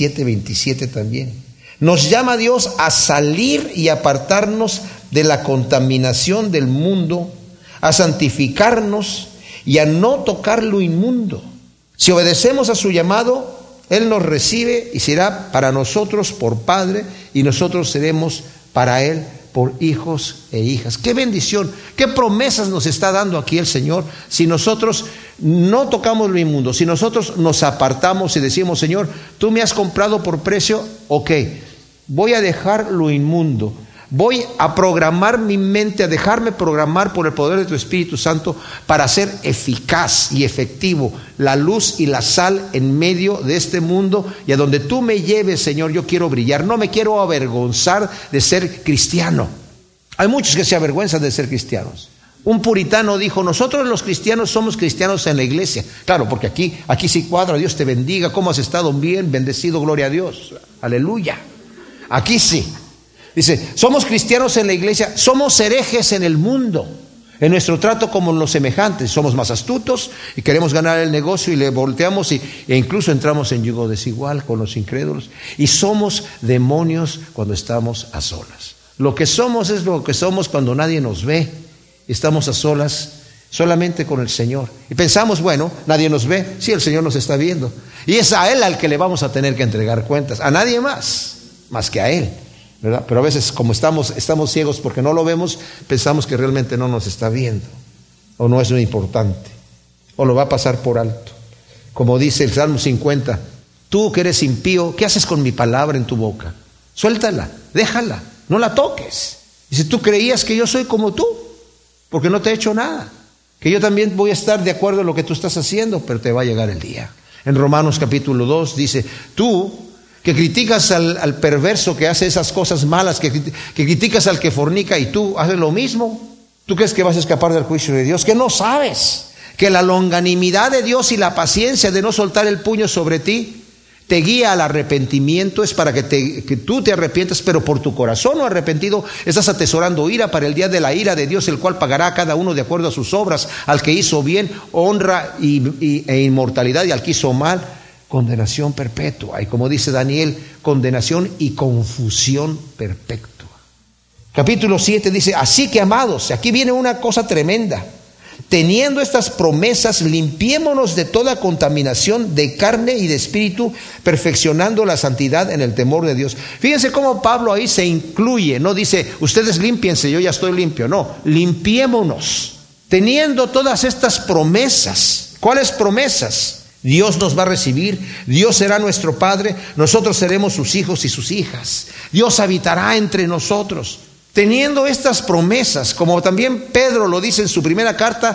37:27 también. Nos llama Dios a salir y apartarnos de la contaminación del mundo, a santificarnos y a no tocar lo inmundo. Si obedecemos a su llamado, Él nos recibe y será para nosotros por Padre, y nosotros seremos para Él por hijos e hijas. ¡Qué bendición! ¿Qué promesas nos está dando aquí el Señor? Si nosotros no tocamos lo inmundo, si nosotros nos apartamos y decimos, Señor, tú me has comprado por precio, ok, voy a dejar lo inmundo. Voy a programar mi mente, a dejarme programar por el poder de tu Espíritu Santo para ser eficaz y efectivo, la luz y la sal en medio de este mundo, y a donde tú me lleves, Señor, yo quiero brillar. No me quiero avergonzar de ser cristiano. Hay muchos que se avergüenzan de ser cristianos. Un puritano dijo, nosotros los cristianos somos cristianos en la iglesia. Claro, porque aquí sí cuadra. Dios te bendiga, ¿cómo has estado? Bien, bendecido, gloria a Dios, aleluya. Aquí sí. Dice, somos cristianos en la iglesia, somos herejes en el mundo, en nuestro trato como los semejantes. Somos más astutos y queremos ganar el negocio y le volteamos e incluso entramos en yugo desigual con los incrédulos. Y somos demonios cuando estamos a solas. Lo que somos es lo que somos cuando nadie nos ve. Estamos a solas solamente con el Señor. Y pensamos, bueno, nadie nos ve. Sí, el Señor nos está viendo. Y es a Él al que le vamos a tener que entregar cuentas. A nadie más que a Él. ¿Verdad? Pero a veces, como estamos ciegos porque no lo vemos, pensamos que realmente no nos está viendo, o no es muy importante, o lo va a pasar por alto. Como dice el Salmo 50, tú que eres impío, ¿qué haces con mi palabra en tu boca? Suéltala, déjala, no la toques. Dice, tú creías que yo soy como tú, porque no te he hecho nada, que yo también voy a estar de acuerdo en lo que tú estás haciendo, pero te va a llegar el día. En Romanos capítulo 2 dice, tú que criticas al perverso que hace esas cosas malas, que criticas al que fornica y tú haces lo mismo, ¿tú crees que vas a escapar del juicio de Dios? Que no sabes que la longanimidad de Dios y la paciencia de no soltar el puño sobre ti te guía al arrepentimiento. Es para que tú te arrepientas, pero por tu corazón no arrepentido estás atesorando ira para el día de la ira de Dios, el cual pagará a cada uno de acuerdo a sus obras. Al que hizo bien, honra e inmortalidad, y al que hizo mal, condenación perpetua. Y como dice Daniel, condenación y confusión perpetua. Capítulo 7 dice, así que amados, aquí viene una cosa tremenda, Teniendo estas promesas, limpiémonos de toda contaminación de carne y de espíritu, perfeccionando la santidad en el temor de Dios. Fíjense cómo Pablo ahí se incluye, no dice, ustedes límpiense, yo ya estoy limpio. No, limpiémonos, teniendo todas estas promesas. ¿Cuáles promesas? Dios nos va a recibir, Dios será nuestro Padre, nosotros seremos sus hijos y sus hijas. Dios habitará entre nosotros. Teniendo estas promesas, como también Pedro lo dice en su primera carta,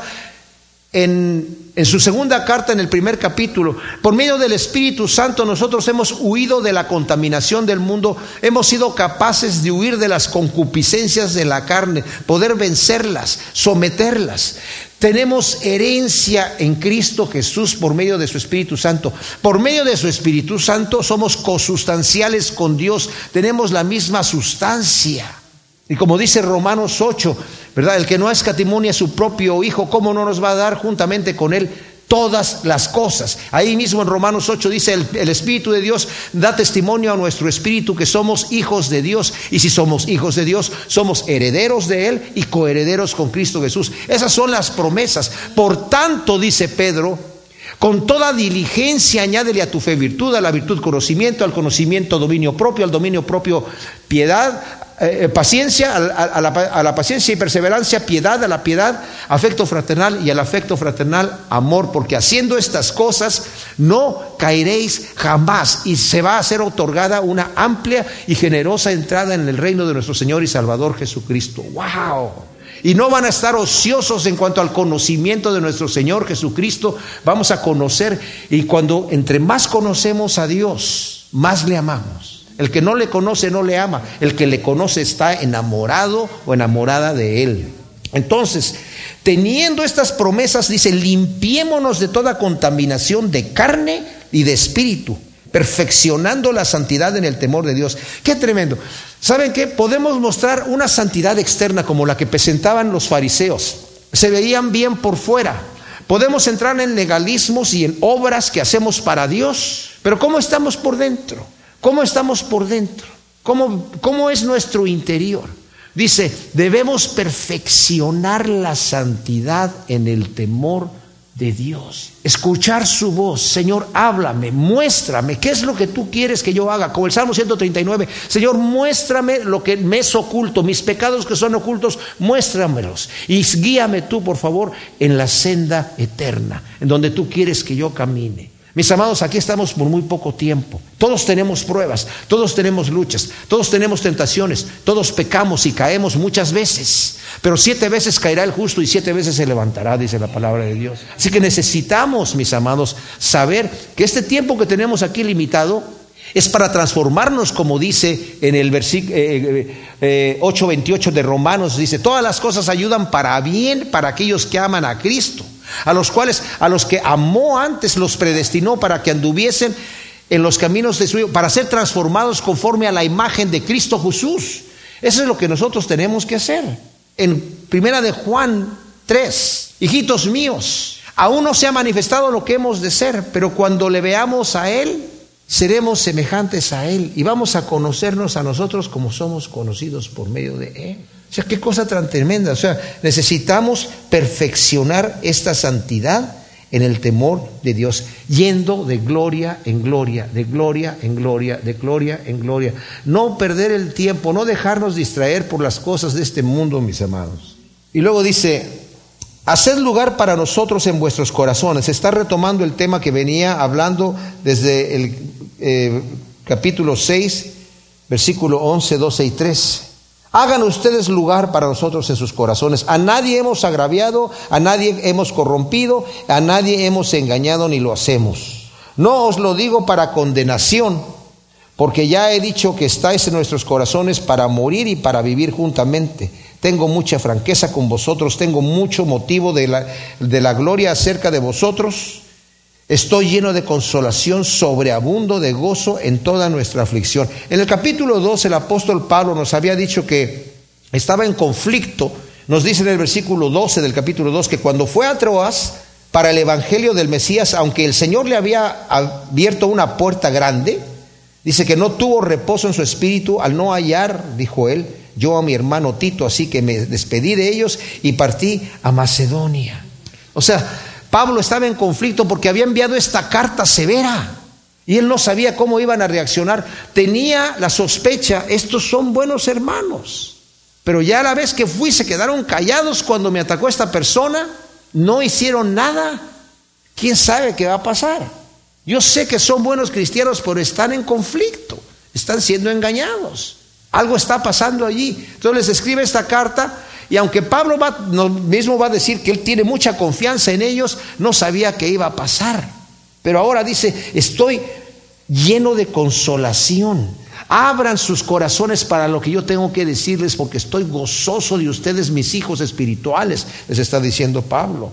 en su segunda carta, en el primer capítulo, por medio del Espíritu Santo nosotros hemos huido de la contaminación del mundo, hemos sido capaces de huir de las concupiscencias de la carne, poder vencerlas, someterlas. Tenemos herencia en Cristo Jesús por medio de su Espíritu Santo. Por medio de su Espíritu Santo somos consustanciales con Dios, tenemos la misma sustancia. Y como dice Romanos 8, ¿verdad? El que no escatimó a su propio Hijo, ¿cómo no nos va a dar juntamente con Él todas las cosas? Ahí mismo en Romanos 8 dice, el Espíritu de Dios da testimonio a nuestro espíritu que somos hijos de Dios. Y si somos hijos de Dios, somos herederos de Él y coherederos con Cristo Jesús. Esas son las promesas. Por tanto, dice Pedro, con toda diligencia añádele a tu fe virtud, a la virtud conocimiento, al conocimiento dominio propio, al dominio propio piedad, paciencia, a la paciencia y perseverancia, piedad, a la piedad, afecto fraternal, y al afecto fraternal, amor, porque haciendo estas cosas no caeréis jamás, y se va a ser otorgada una amplia y generosa entrada en el reino de nuestro Señor y Salvador Jesucristo. ¡Wow! Y no van a estar ociosos en cuanto al conocimiento de nuestro Señor Jesucristo. Vamos a conocer, y cuando entre más conocemos a Dios, más le amamos. El que no le conoce no le ama. El que le conoce está enamorado o enamorada de Él. Entonces, teniendo estas promesas, dice, limpiémonos de toda contaminación de carne y de espíritu, perfeccionando la santidad en el temor de Dios. ¡Qué tremendo! ¿Saben qué? Podemos mostrar una santidad externa como la que presentaban los fariseos. Se veían bien por fuera. Podemos entrar en legalismos y en obras que hacemos para Dios. Pero ¿cómo estamos por dentro? ¿Cómo estamos por dentro? ¿Cómo es nuestro interior? Dice, debemos perfeccionar la santidad en el temor de Dios. Escuchar su voz. Señor, háblame, muéstrame, ¿qué es lo que tú quieres que yo haga? Como el Salmo 139, Señor, muéstrame lo que me es oculto, mis pecados que son ocultos, muéstramelos. Y guíame tú, por favor, en la senda eterna, en donde tú quieres que yo camine. Mis amados, aquí estamos por muy poco tiempo. Todos tenemos pruebas, todos tenemos luchas, todos tenemos tentaciones, todos pecamos y caemos muchas veces. Pero 7 veces caerá el justo y 7 veces se levantará, dice la palabra de Dios. Así que necesitamos, mis amados, saber que este tiempo que tenemos aquí limitado es para transformarnos, como dice en el versículo 8:28 de Romanos, dice, todas las cosas ayudan para bien para aquellos que aman a Cristo, a los que amó antes los predestinó para que anduviesen en los caminos de su Hijo, para ser transformados conforme a la imagen de Cristo Jesús. Eso es lo que nosotros tenemos que hacer. En primera de Juan 3, hijitos míos, aún no se ha manifestado lo que hemos de ser, pero cuando le veamos a Él, seremos semejantes a Él y vamos a conocernos a nosotros como somos conocidos por medio de Él. O sea, qué cosa tan tremenda. O sea, necesitamos perfeccionar esta santidad en el temor de Dios, yendo de gloria en gloria, de gloria en gloria, de gloria en gloria. No perder el tiempo, no dejarnos distraer por las cosas de este mundo, mis amados. Y luego dice, haced lugar para nosotros en vuestros corazones. Está retomando el tema que venía hablando desde el capítulo 6, versículo 11, 12 y 13. Hagan ustedes lugar para nosotros en sus corazones. A nadie hemos agraviado, a nadie hemos corrompido, a nadie hemos engañado ni lo hacemos. No os lo digo para condenación, porque ya he dicho que estáis en nuestros corazones para morir y para vivir juntamente. Tengo mucha franqueza con vosotros, tengo mucho motivo de la gloria acerca de vosotros. Estoy lleno de consolación, sobreabundo de gozo en toda nuestra aflicción. En el capítulo 2 el apóstol Pablo nos había dicho que estaba en conflicto. Nos dice en el versículo 12 del capítulo 2 que cuando fue a Troas para el evangelio del Mesías, aunque el Señor le había abierto una puerta grande, dice que no tuvo reposo en su espíritu al no hallar, dijo él, yo a mi hermano Tito, así que me despedí de ellos y partí a Macedonia. O sea, Pablo estaba en conflicto porque había enviado esta carta severa y él no sabía cómo iban a reaccionar. Tenía la sospecha, estos son buenos hermanos, pero ya a la vez que fui se quedaron callados cuando me atacó esta persona, no hicieron nada. ¿Quién sabe qué va a pasar? Yo sé que son buenos cristianos, pero están en conflicto, están siendo engañados. Algo está pasando allí. Entonces les escribe esta carta y aunque Pablo mismo va a decir que él tiene mucha confianza en ellos, no sabía qué iba a pasar. Pero ahora dice, estoy lleno de consolación. Abran sus corazones para lo que yo tengo que decirles, porque estoy gozoso de ustedes, mis hijos espirituales, les está diciendo Pablo.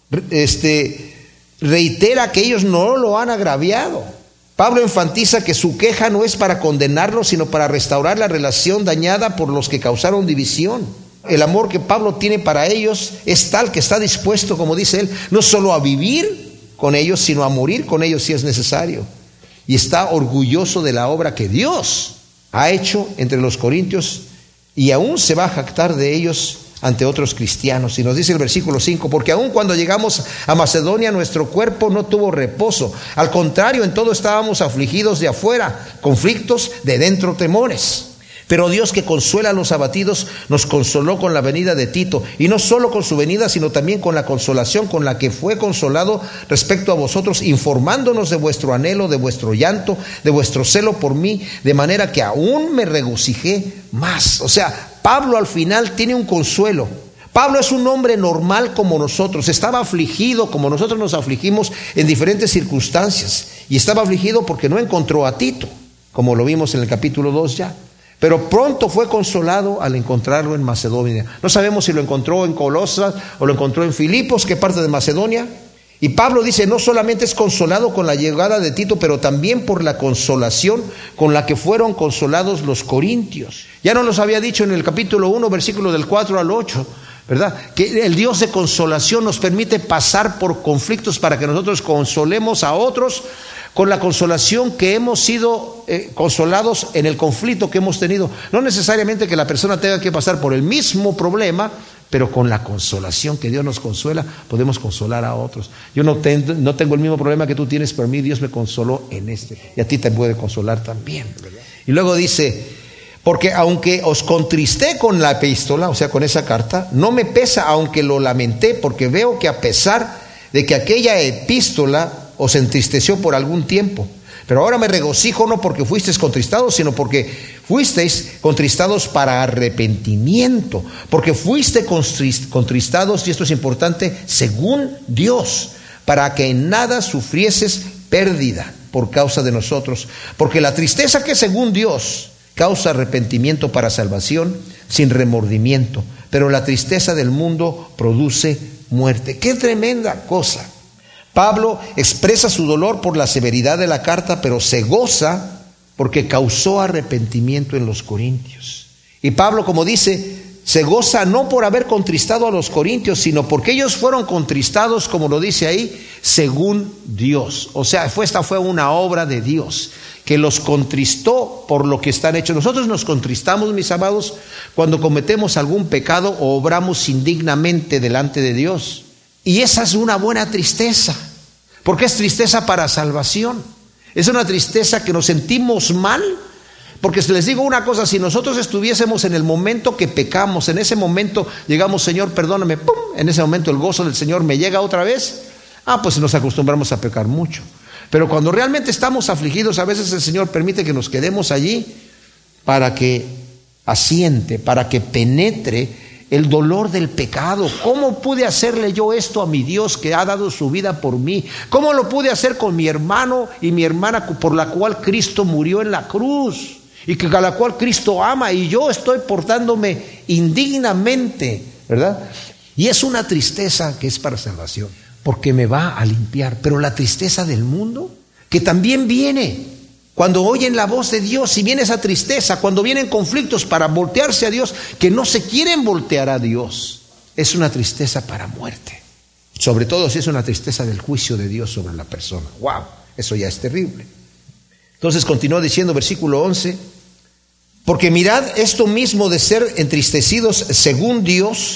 Reitera que ellos no lo han agraviado. Pablo enfatiza que su queja no es para condenarlos, sino para restaurar la relación dañada por los que causaron división. El amor que Pablo tiene para ellos es tal que está dispuesto, como dice él, no solo a vivir con ellos, sino a morir con ellos si es necesario. Y está orgulloso de la obra que Dios ha hecho entre los corintios y aún se va a jactar de ellos ante otros cristianos. Y nos dice el versículo 5, porque aun cuando llegamos a Macedonia nuestro cuerpo no tuvo reposo, al contrario, en todo estábamos afligidos de afuera, conflictos, de dentro temores. Pero Dios, que consuela a los abatidos, nos consoló con la venida de Tito, y no solo con su venida, sino también con la consolación con la que fue consolado respecto a vosotros, informándonos de vuestro anhelo, de vuestro llanto, de vuestro celo por mí, de manera que aún me regocijé más. O sea, Pablo al final tiene un consuelo. Pablo es un hombre normal como nosotros, estaba afligido como nosotros nos afligimos en diferentes circunstancias, y estaba afligido porque no encontró a Tito, como lo vimos en el capítulo 2 ya. Pero pronto fue consolado al encontrarlo en Macedonia. No sabemos si lo encontró en Colosas o lo encontró en Filipos, que parte de Macedonia. Y Pablo dice, no solamente es consolado con la llegada de Tito, pero también por la consolación con la que fueron consolados los corintios. Ya nos los había dicho en el capítulo 1, versículo del 4 al 8, ¿verdad? Que el Dios de consolación nos permite pasar por conflictos para que nosotros consolemos a otros con la consolación que hemos sido consolados en el conflicto que hemos tenido. No necesariamente que la persona tenga que pasar por el mismo problema, pero con la consolación que Dios nos consuela, podemos consolar a otros. Yo no tengo el mismo problema que tú tienes, pero a mí Dios me consoló en este, y a ti te puede consolar también, ¿verdad? Y luego dice, porque aunque os contristé con la epístola, o sea, con esa carta, no me pesa aunque lo lamenté, porque veo que a pesar de que aquella epístola os entristeció por algún tiempo, pero ahora me regocijo no porque fuisteis contristados, sino porque fuisteis contristados para arrepentimiento, porque fuiste contristados, y esto es importante, según Dios, para que en nada sufrieses pérdida por causa de nosotros, porque la tristeza que según Dios causa arrepentimiento para salvación sin remordimiento, pero la tristeza del mundo produce muerte. ¡Qué tremenda cosa! Pablo expresa su dolor por la severidad de la carta, pero se goza porque causó arrepentimiento en los corintios. Y Pablo, como dice, se goza no por haber contristado a los corintios, sino porque ellos fueron contristados, como lo dice ahí, según Dios. O sea, esta fue una obra de Dios que los contristó por lo que están hechos. Nosotros nos contristamos, mis amados, cuando cometemos algún pecado o obramos indignamente delante de Dios. Y esa es una buena tristeza, porque es tristeza para salvación. Es una tristeza que nos sentimos mal, porque si les digo una cosa, si nosotros estuviésemos en el momento que pecamos, en ese momento llegamos, Señor, perdóname, ¡pum!, en ese momento el gozo del Señor me llega otra vez, pues nos acostumbramos a pecar mucho. Pero cuando realmente estamos afligidos, a veces el Señor permite que nos quedemos allí para que asiente, para que penetre el dolor del pecado. ¿Cómo pude hacerle yo esto a mi Dios que ha dado su vida por mí? ¿Cómo lo pude hacer con mi hermano y mi hermana por la cual Cristo murió en la cruz y a la cual Cristo ama, y yo estoy portándome indignamente, ¿verdad? Y es una tristeza que es para salvación, porque me va a limpiar. Pero la tristeza del mundo, que también viene cuando oyen la voz de Dios, y viene esa tristeza, cuando vienen conflictos para voltearse a Dios, que no se quieren voltear a Dios, es una tristeza para muerte. Sobre todo si es una tristeza del juicio de Dios sobre la persona. ¡Wow! Eso ya es terrible. Entonces continúa diciendo, versículo 11, porque mirad esto mismo de ser entristecidos según Dios,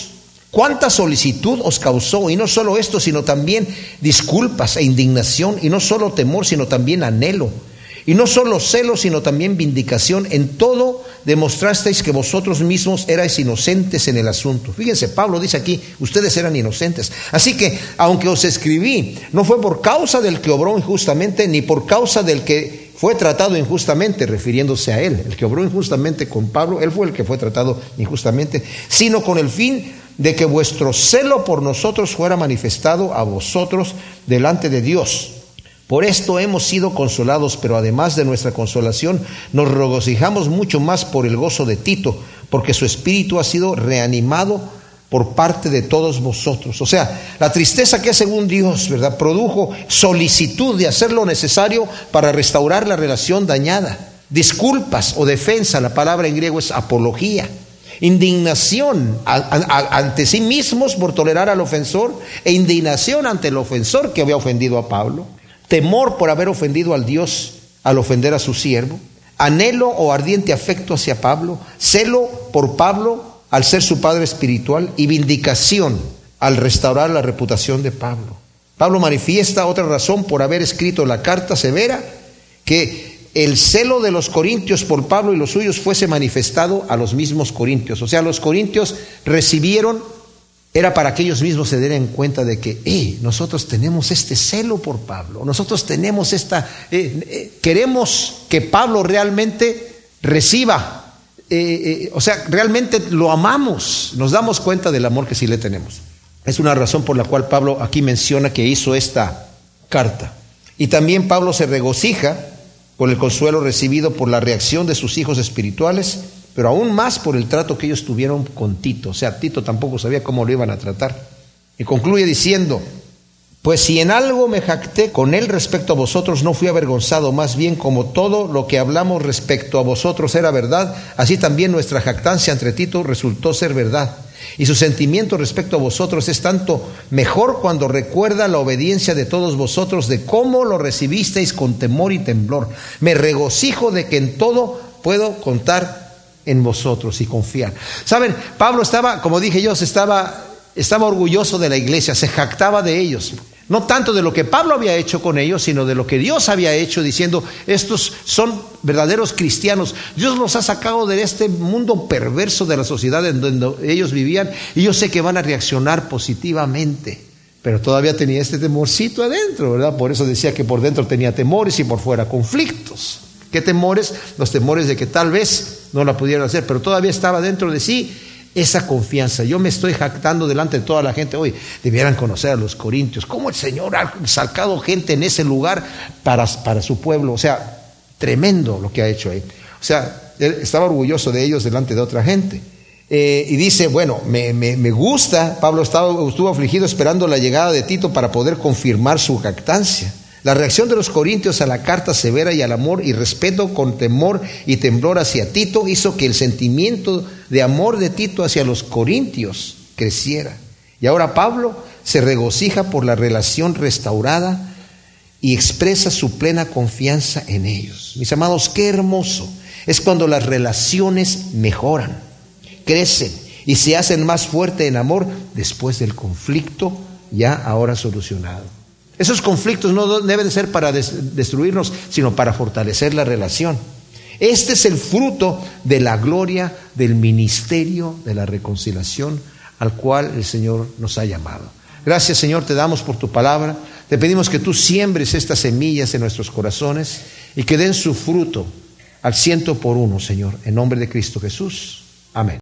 Cuánta solicitud os causó, y no solo esto, sino también disculpas e indignación, y no solo temor, sino también anhelo, y no solo celo, sino también vindicación. En todo demostrasteis que vosotros mismos erais inocentes en el asunto. Fíjense, Pablo dice aquí, ustedes eran inocentes. Así que, aunque os escribí, no fue por causa del que obró injustamente, ni por causa del que fue tratado injustamente, refiriéndose a él. El que obró injustamente con Pablo, él fue el que fue tratado injustamente, sino con el fin de que vuestro celo por nosotros fuera manifestado a vosotros delante de Dios. Por esto hemos sido consolados, pero además de nuestra consolación, nos regocijamos mucho más por el gozo de Tito, porque su espíritu ha sido reanimado por parte de todos vosotros. O sea, la tristeza que según Dios, ¿verdad?, produjo solicitud de hacer lo necesario para restaurar la relación dañada. Disculpas o defensa, la palabra en griego es apología. Indignación ante sí mismos por tolerar al ofensor, e indignación ante el ofensor que había ofendido a Pablo. Temor por haber ofendido al Dios al ofender a su siervo. Anhelo o ardiente afecto hacia Pablo. Celo por Pablo al ser su padre espiritual, y vindicación al restaurar la reputación de Pablo. Pablo manifiesta otra razón por haber escrito la carta severa, que el celo de los corintios por Pablo y los suyos fuese manifestado a los mismos corintios. O sea, los corintios recibieron, era para que ellos mismos se dieran cuenta de que nosotros tenemos este celo por Pablo, nosotros tenemos queremos que Pablo realmente reciba, o sea, realmente lo amamos, nos damos cuenta del amor que sí le tenemos. Es una razón por la cual Pablo aquí menciona que hizo esta carta. Y también Pablo se regocija por el consuelo recibido por la reacción de sus hijos espirituales, pero aún más por el trato que ellos tuvieron con Tito. O sea, Tito tampoco sabía cómo lo iban a tratar. Y concluye diciendo: pues si en algo me jacté con él respecto a vosotros, no fui avergonzado, más bien como todo lo que hablamos respecto a vosotros era verdad, así también nuestra jactancia entre Tito resultó ser verdad. Y su sentimiento respecto a vosotros es tanto mejor cuando recuerda la obediencia de todos vosotros, de cómo lo recibisteis con temor y temblor. Me regocijo de que en todo puedo contar en vosotros y confiar. Saben, Pablo estaba, como dije yo, estaba orgulloso de la iglesia, se jactaba de ellos. No tanto de lo que Pablo había hecho con ellos, sino de lo que Dios había hecho, diciendo: estos son verdaderos cristianos. Dios los ha sacado de este mundo perverso de la sociedad en donde ellos vivían, y yo sé que van a reaccionar positivamente. Pero todavía tenía este temorcito adentro, ¿verdad? Por eso decía que por dentro tenía temores y por fuera conflictos. ¿Qué temores? Los temores de que tal vez no la pudieran hacer, pero todavía estaba dentro de sí esa confianza. Yo me estoy jactando delante de toda la gente. Hoy debieran conocer a los corintios, cómo el Señor ha sacado gente en ese lugar para su pueblo. O sea, tremendo lo que ha hecho ahí. O sea, él estaba orgulloso de ellos delante de otra gente. Y dice, bueno, me gusta. Pablo estuvo afligido esperando la llegada de Tito para poder confirmar su jactancia. La reacción de los corintios a la carta severa y al amor y respeto con temor y temblor hacia Tito hizo que el sentimiento de amor de Tito hacia los corintios creciera. Y ahora Pablo se regocija por la relación restaurada y expresa su plena confianza en ellos. Mis amados, qué hermoso es cuando las relaciones mejoran, crecen y se hacen más fuertes en amor después del conflicto ya ahora solucionado. Esos conflictos no deben ser para destruirnos, sino para fortalecer la relación. Este es el fruto de la gloria del ministerio de la reconciliación al cual el Señor nos ha llamado. Gracias, Señor, te damos por tu palabra. Te pedimos que tú siembres estas semillas en nuestros corazones y que den su fruto al 100 por 1, Señor, en nombre de Cristo Jesús. Amén.